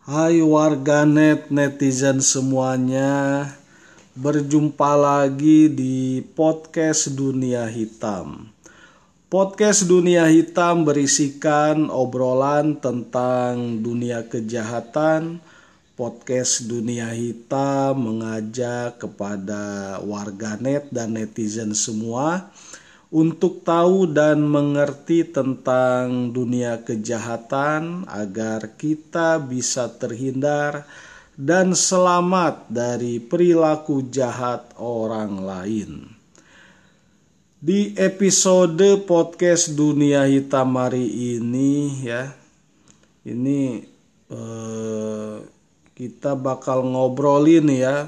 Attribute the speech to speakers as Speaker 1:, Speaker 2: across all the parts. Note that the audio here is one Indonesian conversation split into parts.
Speaker 1: Hai warganet netizen semuanya, berjumpa lagi di podcast Dunia Hitam. Podcast Dunia Hitam berisikan obrolan tentang dunia kejahatan. Podcast Dunia Hitam mengajak kepada warganet dan netizen semua untuk tahu dan mengerti tentang dunia kejahatan agar kita bisa terhindar dan selamat dari perilaku jahat orang lain. Di episode podcast Dunia Hitam hari ini kita bakal ngobrolin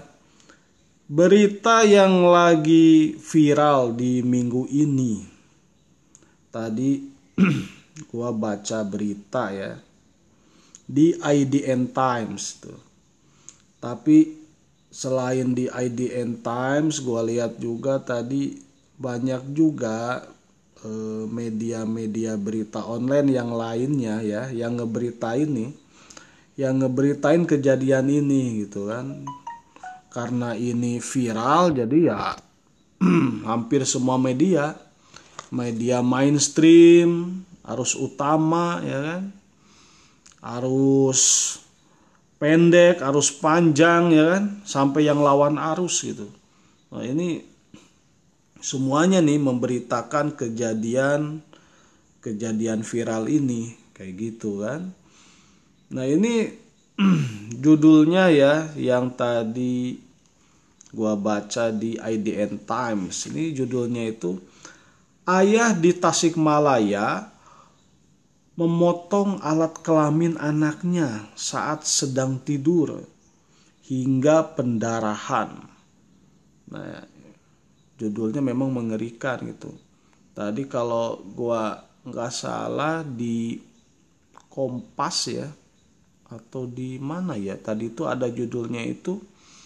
Speaker 1: berita yang lagi viral di minggu ini. Tadi gua baca berita di IDN Times tuh. Tapi selain di IDN Times, gua lihat juga tadi banyak juga media-media berita online yang lainnya yang ngeberitain kejadian ini gitu kan. Karena ini viral jadi hampir semua media mainstream, arus utama arus pendek, arus panjang sampai yang lawan arus gitu. Nah, ini semuanya nih memberitakan kejadian viral ini kayak gitu kan. Nah, ini judulnya yang tadi gua baca di IDN Times. Ini judulnya itu ayah di Tasikmalaya memotong alat kelamin anaknya saat sedang tidur hingga pendarahan. Nah, judulnya memang mengerikan gitu. Tadi kalau gua nggak salah di Kompas atau di mana tadi itu ada judulnya tuh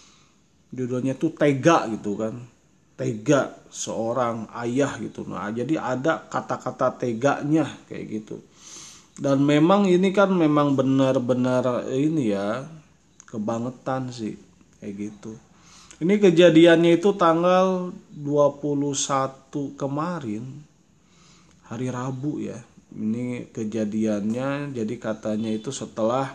Speaker 1: tega gitu kan, tega seorang ayah gitu. Nah, jadi ada kata-kata teganya kayak gitu. Dan memang ini kan memang benar-benar kebangetan sih kayak gitu. Ini kejadiannya itu tanggal 21 kemarin, hari Rabu Ini kejadiannya jadi katanya itu setelah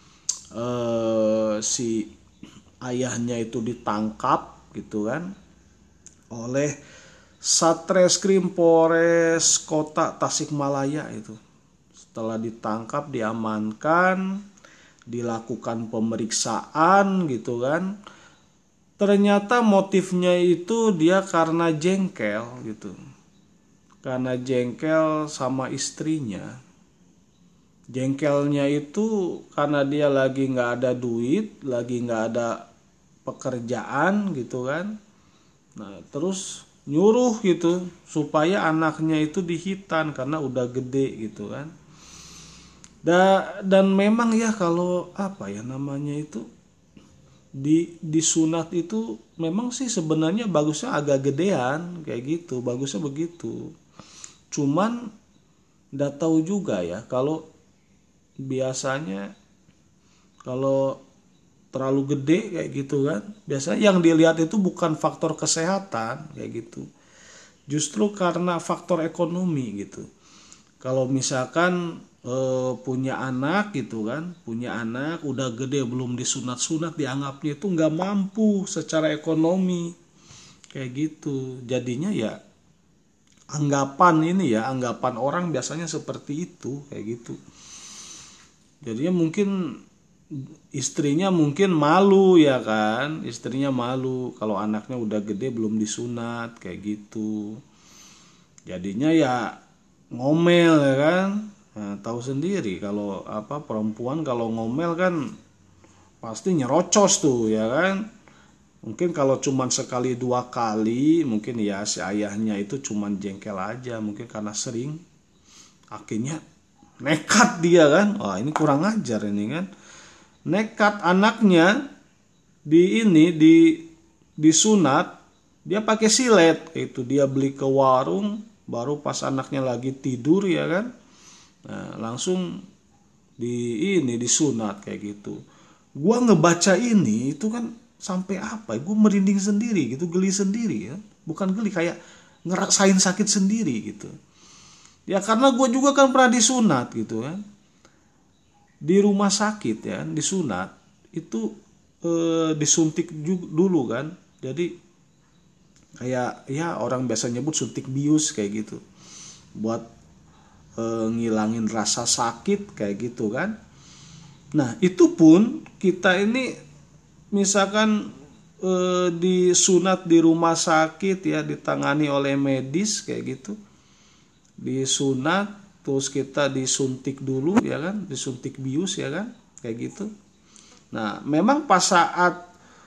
Speaker 1: si ayahnya itu ditangkap gitu kan oleh Satreskrim Polres Kota Tasikmalaya itu. Setelah ditangkap, diamankan, dilakukan pemeriksaan gitu kan. Ternyata motifnya itu dia karena jengkel gitu. Karena jengkel sama istrinya. Jengkelnya itu karena dia lagi nggak ada duit, lagi nggak ada pekerjaan gitu kan. Nah, terus nyuruh gitu supaya anaknya itu dihitan karena udah gede gitu kan. Dan memang kalau namanya itu disunat itu memang sih sebenarnya bagusnya agak gedean kayak gitu, bagusnya begitu. Cuman nggak tahu juga kalau biasanya kalau terlalu gede kayak gitu kan, biasanya yang dilihat itu bukan faktor kesehatan kayak gitu, justru karena faktor ekonomi gitu. Kalau misalkan punya anak gitu kan, punya anak udah gede belum disunat-sunat, dianggapnya itu nggak mampu secara ekonomi kayak gitu. Jadinya anggapan orang biasanya seperti itu kayak gitu. Jadinya mungkin istrinya malu istrinya malu kalau anaknya udah gede belum disunat kayak gitu. Jadinya ngomel kan. Nah, tahu sendiri kalau perempuan kalau ngomel kan pasti nyerocos tuh kan. Mungkin kalau cuman sekali dua kali mungkin si ayahnya itu cuman jengkel aja, mungkin karena sering akhirnya nekat dia kan. Wah, ini kurang ajar ini kan. Nekat anaknya disunat, dia pakai silet itu, dia beli ke warung baru pas anaknya lagi tidur kan. Nah, langsung disunat kayak gitu. Gua ngebaca ini itu kan sampai apa? Gue merinding sendiri gitu, geli sendiri ya. Bukan geli, kayak ngerasain sakit sendiri gitu. Ya karena gue juga kan pernah disunat gitu kan. Di rumah sakit ya, disunat itu disuntik dulu kan. Jadi kayak ya orang biasa nyebut suntik bius kayak gitu. Buat ngilangin rasa sakit kayak gitu kan. Nah itu pun kita ini misalkan disunat di rumah sakit ya, ditangani oleh medis kayak gitu, disunat terus kita disuntik dulu ya kan, disuntik bius ya kan kayak gitu. Nah memang pas saat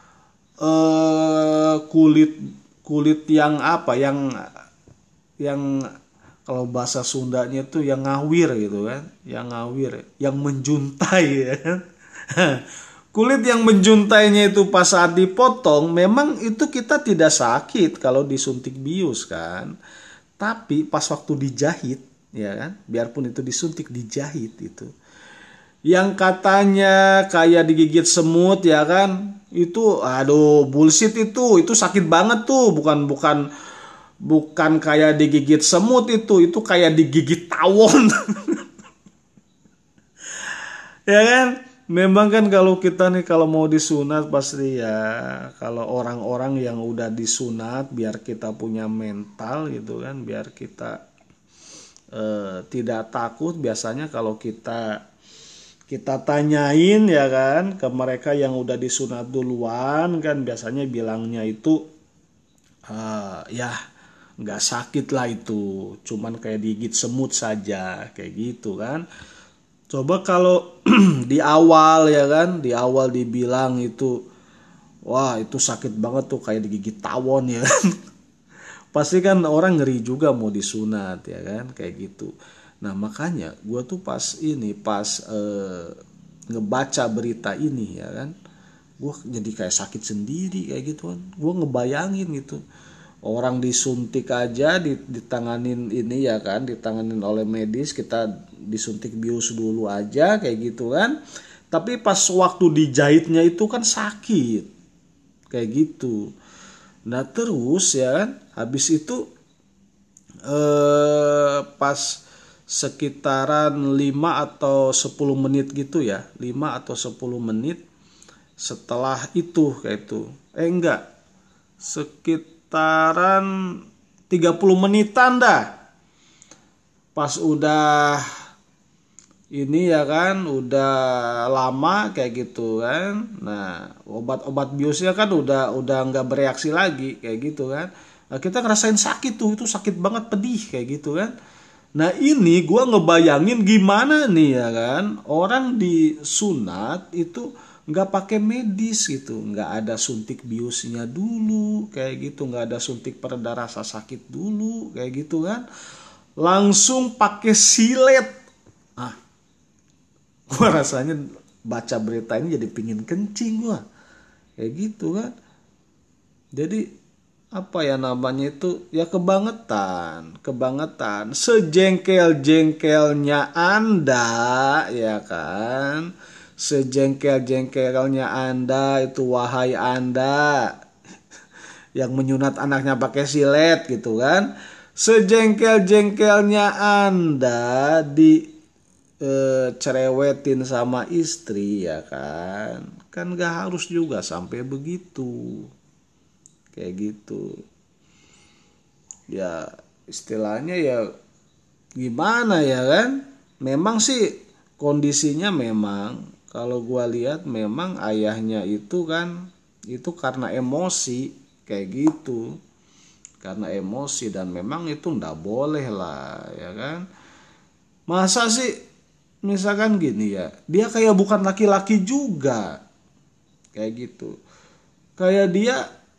Speaker 1: kulit yang apa, yang kalau bahasa Sundanya tuh yang ngawir gitu kan, yang ngawir, yang menjuntai ya kan. Kulit yang menjuntainya itu pas saat dipotong, memang itu kita tidak sakit kalau disuntik bius kan. Tapi pas waktu dijahit, ya kan, biarpun itu disuntik, dijahit itu, yang katanya kayak digigit semut ya kan, itu aduh bullshit, itu sakit banget tuh, bukan kayak digigit semut, itu kayak digigit tawon. Ya kan, memang kan kalau kita nih kalau mau disunat pasti ya, kalau orang-orang yang udah disunat biar kita punya mental gitu kan, biar kita tidak takut. Biasanya kalau kita tanyain ya kan ke mereka yang udah disunat duluan kan, biasanya bilangnya itu ya nggak sakit lah, itu cuman kayak digigit semut saja kayak gitu kan. Coba kalau di awal ya kan, di awal dibilang itu wah itu sakit banget tuh kayak digigit tawon ya kan. Pasti kan orang ngeri juga mau disunat ya kan kayak gitu. Nah makanya gue tuh pas ngebaca berita ini ya kan, gue jadi kayak sakit sendiri kayak gitu kan. Gue ngebayangin gitu, orang disuntik aja ditanganin ini ya kan, ditanganin oleh medis, kita disuntik bius dulu aja kayak gitu kan. Tapi pas waktu dijahitnya itu kan sakit kayak gitu. Nah terus ya kan, habis itu pas sekitaran 5 atau 10 menit gitu ya, 5 atau 10 menit setelah itu kayak itu, enggak, sekitaran 30 menitan dah, pas udah ini ya kan, udah lama kayak gitu kan. Nah obat-obat biusnya kan udah nggak bereaksi lagi kayak gitu kan. Nah, kita ngerasain sakit tuh, itu sakit banget, pedih kayak gitu kan. Nah ini gue ngebayangin gimana nih ya kan, orang disunat itu nggak pakai medis gitu, nggak ada suntik biusnya dulu kayak gitu, nggak ada suntik pereda rasa sakit dulu kayak gitu kan, langsung pakai silet. Ah, gue rasanya baca berita ini jadi pingin kencing gue kayak gitu kan. Jadi apa ya namanya itu ya, kebangetan, sejengkel-jengkelnya Anda ya kan, sejengkel-jengkelnya Anda itu, wahai Anda yang menyunat anaknya pakai silet gitu kan, sejengkel-jengkelnya Anda cerewetin sama istri ya kan gak harus juga sampai begitu kayak gitu ya. Istilahnya ya gimana ya kan, memang sih kondisinya, memang kalau gua lihat memang ayahnya itu kan itu karena emosi kayak gitu, karena emosi, dan memang itu ndak boleh lah ya kan. Masa sih misalkan gini ya, dia kayak bukan laki-laki juga kayak gitu, kayak dia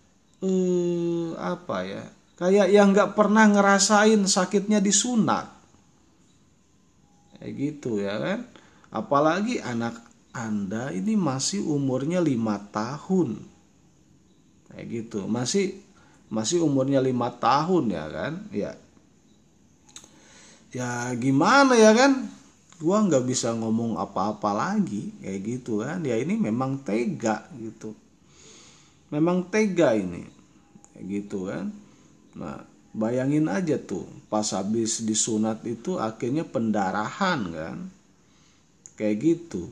Speaker 1: apa ya, kayak yang nggak pernah ngerasain sakitnya disunat kayak gitu ya kan. Apalagi anak Anda ini masih umurnya 5 tahun kayak gitu, masih umurnya 5 tahun ya kan. Ya gimana ya kan, gua nggak bisa ngomong apa-apa lagi kayak gitu kan. Ya ini memang tega gitu, memang tega ini kayak gitu kan. Nah bayangin aja tuh pas habis disunat itu akhirnya pendarahan kan kayak gitu.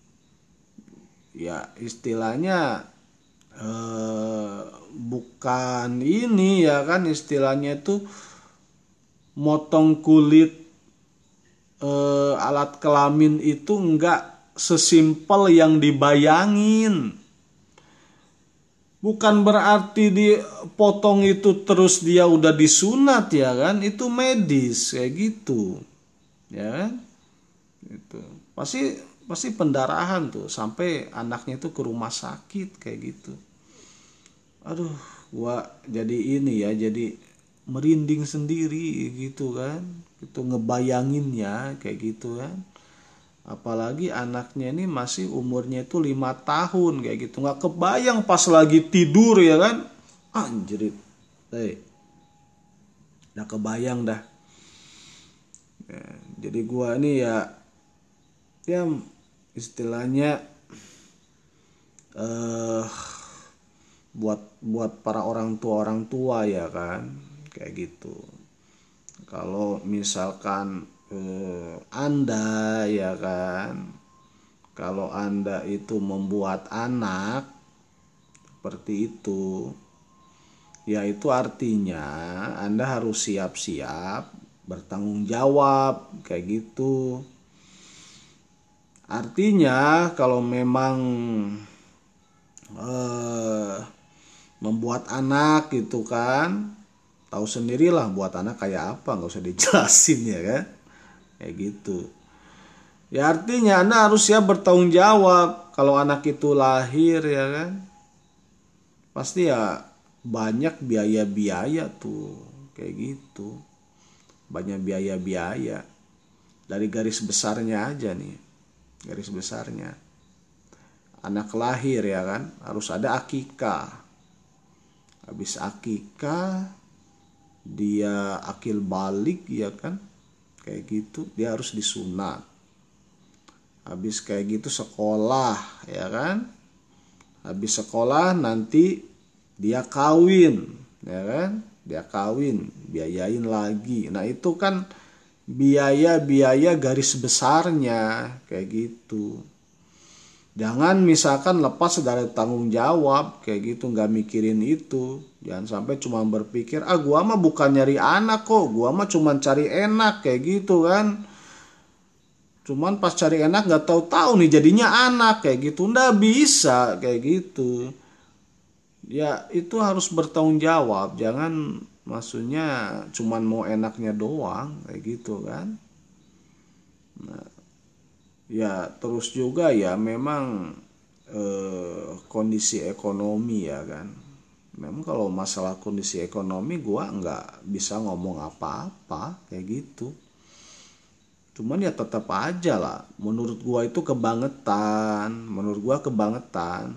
Speaker 1: Ya istilahnya bukan ini ya kan, istilahnya itu motong kulit alat kelamin itu enggak sesimpel yang dibayangin. Bukan berarti dipotong itu terus dia udah disunat ya kan, itu medis kayak gitu ya kan. Itu pasti pendarahan tuh sampai anaknya itu ke rumah sakit kayak gitu. Aduh, gua jadi ini ya, jadi merinding sendiri gitu kan. Itu ngebayanginnya kayak gitu kan. Apalagi anaknya ini masih umurnya itu 5 tahun kayak gitu. Nggak kebayang pas lagi tidur ya kan. Anjrit. Udah kebayang dah. Ya, jadi gua ini ya istilahnya buat para orang tua ya kan kayak gitu. Kalau misalkan Anda ya kan, kalau Anda itu membuat anak seperti itu, ya itu artinya Anda harus siap-siap bertanggung jawab kayak gitu. Artinya kalau memang membuat anak gitu kan, tahu sendirilah buat anak kayak apa, nggak usah dijelasin ya kan, kayak gitu. Ya artinya Anda harus siap bertanggung jawab. Kalau anak itu lahir ya kan, pasti ya banyak biaya-biaya tuh kayak gitu, banyak biaya-biaya. Dari garis besarnya aja nih, garis besarnya anak lahir ya kan, harus ada akikah. Habis akikah dia akil balik ya kan, kayak gitu dia harus disunat. Habis kayak gitu sekolah ya kan, habis sekolah nanti dia kawin ya kan, dia kawin biayain lagi. Nah itu kan biaya-biaya garis besarnya kayak gitu. Jangan misalkan lepas dari tanggung jawab kayak gitu, nggak mikirin itu. Jangan sampai cuma berpikir gua mah bukan nyari anak kok, gua mah cuma cari enak kayak gitu kan. Cuman pas cari enak nggak tahu-tahu nih jadinya anak kayak gitu. Nggak bisa kayak gitu. Ya itu harus bertanggung jawab. Jangan maksudnya cuman mau enaknya doang kayak gitu kan. Nah, ya terus juga ya memang kondisi ekonomi ya kan. Memang kalau masalah kondisi ekonomi gua nggak bisa ngomong apa-apa kayak gitu. Cuman ya tetap aja lah, menurut gua itu kebangetan, menurut gua kebangetan.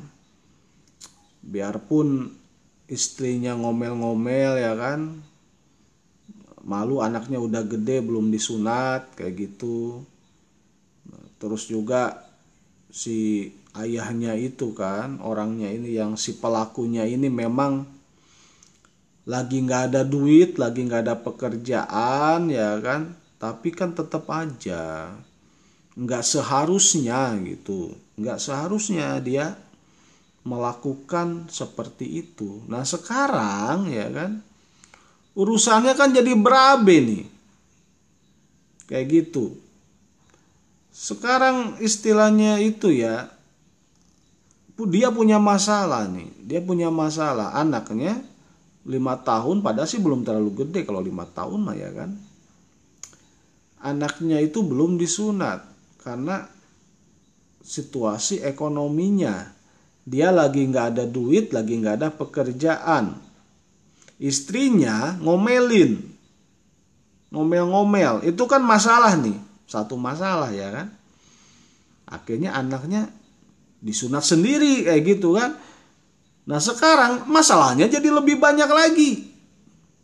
Speaker 1: Biarpun istrinya ngomel-ngomel ya kan, malu anaknya udah gede belum disunat kayak gitu. Terus juga si ayahnya itu kan, orangnya ini yang si pelakunya ini memang lagi nggak ada duit, lagi nggak ada pekerjaan ya kan, tapi kan tetap aja nggak seharusnya gitu, nggak seharusnya dia melakukan seperti itu. Nah sekarang ya kan urusannya kan jadi berabe nih kayak gitu. Sekarang istilahnya itu ya, dia punya masalah nih, dia punya masalah anaknya 5 tahun, padahal sih belum terlalu gede kalau 5 tahun mah ya kan. Anaknya itu belum disunat karena situasi ekonominya, dia lagi nggak ada duit, lagi nggak ada pekerjaan. Istrinya ngomelin, ngomel-ngomel, itu kan masalah nih, satu masalah ya kan. Akhirnya anaknya disunat sendiri kayak gitu kan. Nah sekarang masalahnya jadi lebih banyak lagi.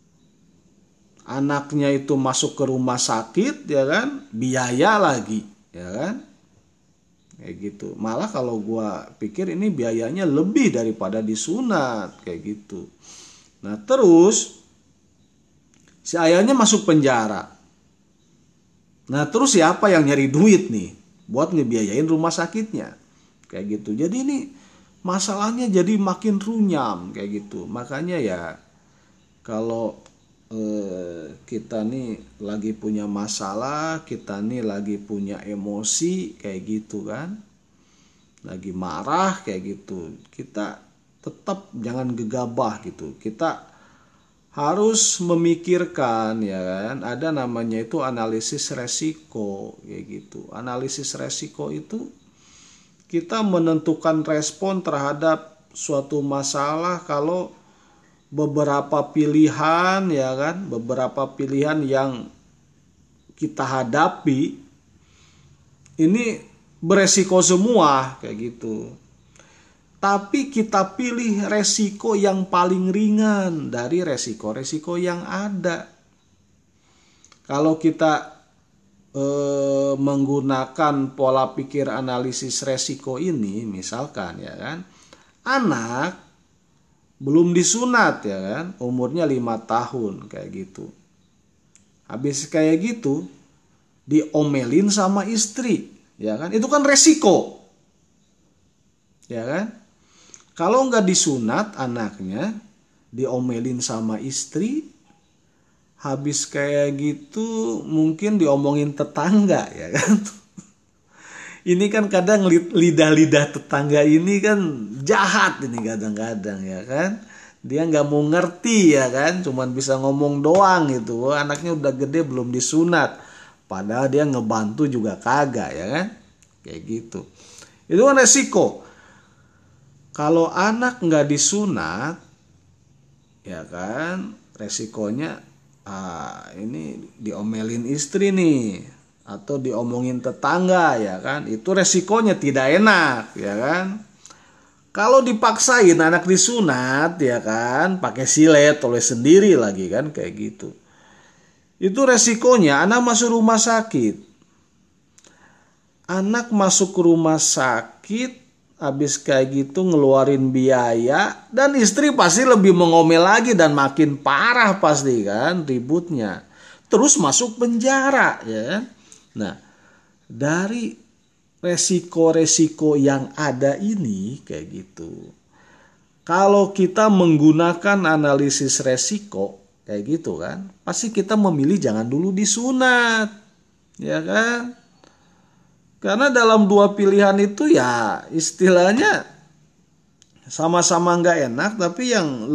Speaker 1: Anaknya itu masuk ke rumah sakit ya kan, biaya lagi ya kan? Kayak gitu. Malah kalau gua pikir ini biayanya lebih daripada disunat kayak gitu. Nah, terus si ayahnya masuk penjara. Nah, terus siapa yang nyari duit nih buat ngebiayain rumah sakitnya? Kayak gitu. Jadi ini masalahnya jadi makin runyam kayak gitu. Makanya ya kalau kita nih lagi punya masalah, kita nih lagi punya emosi kayak gitu kan, lagi marah kayak gitu, kita tetap jangan gegabah gitu. Kita harus memikirkan ya kan, ada namanya itu analisis resiko kayak gitu. Analisis resiko itu kita menentukan respon terhadap suatu masalah kalau beberapa pilihan ya kan, beberapa pilihan yang kita hadapi ini beresiko semua kayak gitu. Tapi kita pilih resiko yang paling ringan dari resiko-resiko yang ada. Kalau kita menggunakan pola pikir analisis resiko ini, misalkan ya kan, anak belum disunat ya kan, umurnya 5 tahun kayak gitu. Habis kayak gitu diomelin sama istri, ya kan? Itu kan resiko. Ya kan? Kalau nggak disunat anaknya, diomelin sama istri, habis kayak gitu mungkin diomongin tetangga ya kan. Ini kan kadang lidah-lidah tetangga ini kan jahat ini kadang-kadang ya kan. Dia nggak mau ngerti ya kan, cuman bisa ngomong doang gitu. Anaknya udah gede belum disunat, padahal dia ngebantu juga kagak ya kan. Kayak gitu. Itu kan resiko. Kalau anak nggak disunat, ya kan, resikonya ini diomelin istri nih. Atau diomongin tetangga ya kan, itu resikonya tidak enak ya kan. Kalau dipaksain anak disunat ya kan, pakai silet oleh sendiri lagi kan kayak gitu, itu resikonya anak masuk rumah sakit. Anak masuk rumah sakit habis kayak gitu ngeluarin biaya, dan istri pasti lebih mengomel lagi dan makin parah pasti kan ributnya, terus masuk penjara ya kan. Nah, dari resiko-resiko yang ada ini kayak gitu, kalau kita menggunakan analisis resiko kayak gitu kan, pasti kita memilih jangan dulu disunat, ya kan? Karena dalam dua pilihan itu ya istilahnya sama-sama nggak enak, tapi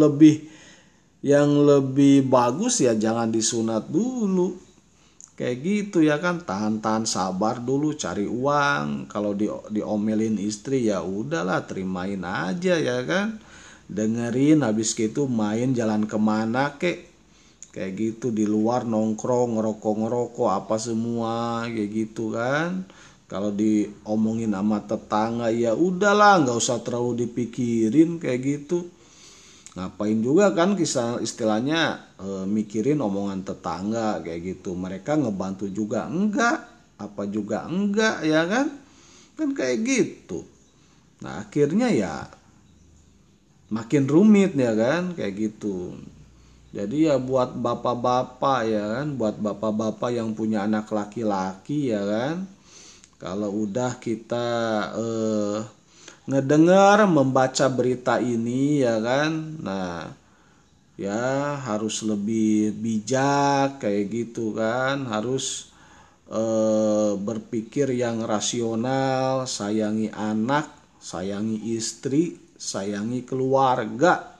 Speaker 1: yang lebih bagus ya jangan disunat dulu. Kayak gitu ya kan, tahan-tahan sabar dulu, cari uang. Kalau diomelin istri ya udahlah, terimain aja ya kan. Dengerin, habis gitu main jalan kemana kayak gitu, di luar nongkrong, ngerokok apa semua kayak gitu kan. Kalau diomongin sama tetangga ya udahlah, nggak usah terlalu dipikirin kayak gitu. Ngapain juga kan istilahnya mikirin omongan tetangga kayak gitu. Mereka ngebantu juga enggak, apa juga enggak ya kan kayak gitu. Nah akhirnya ya makin rumit ya kan kayak gitu. Jadi ya buat bapak-bapak ya kan, buat bapak-bapak yang punya anak laki-laki ya kan, kalau udah kita ngedengar, membaca berita ini ya kan, nah ya harus lebih bijak kayak gitu kan, harus berpikir yang rasional, sayangi anak, sayangi istri, sayangi keluarga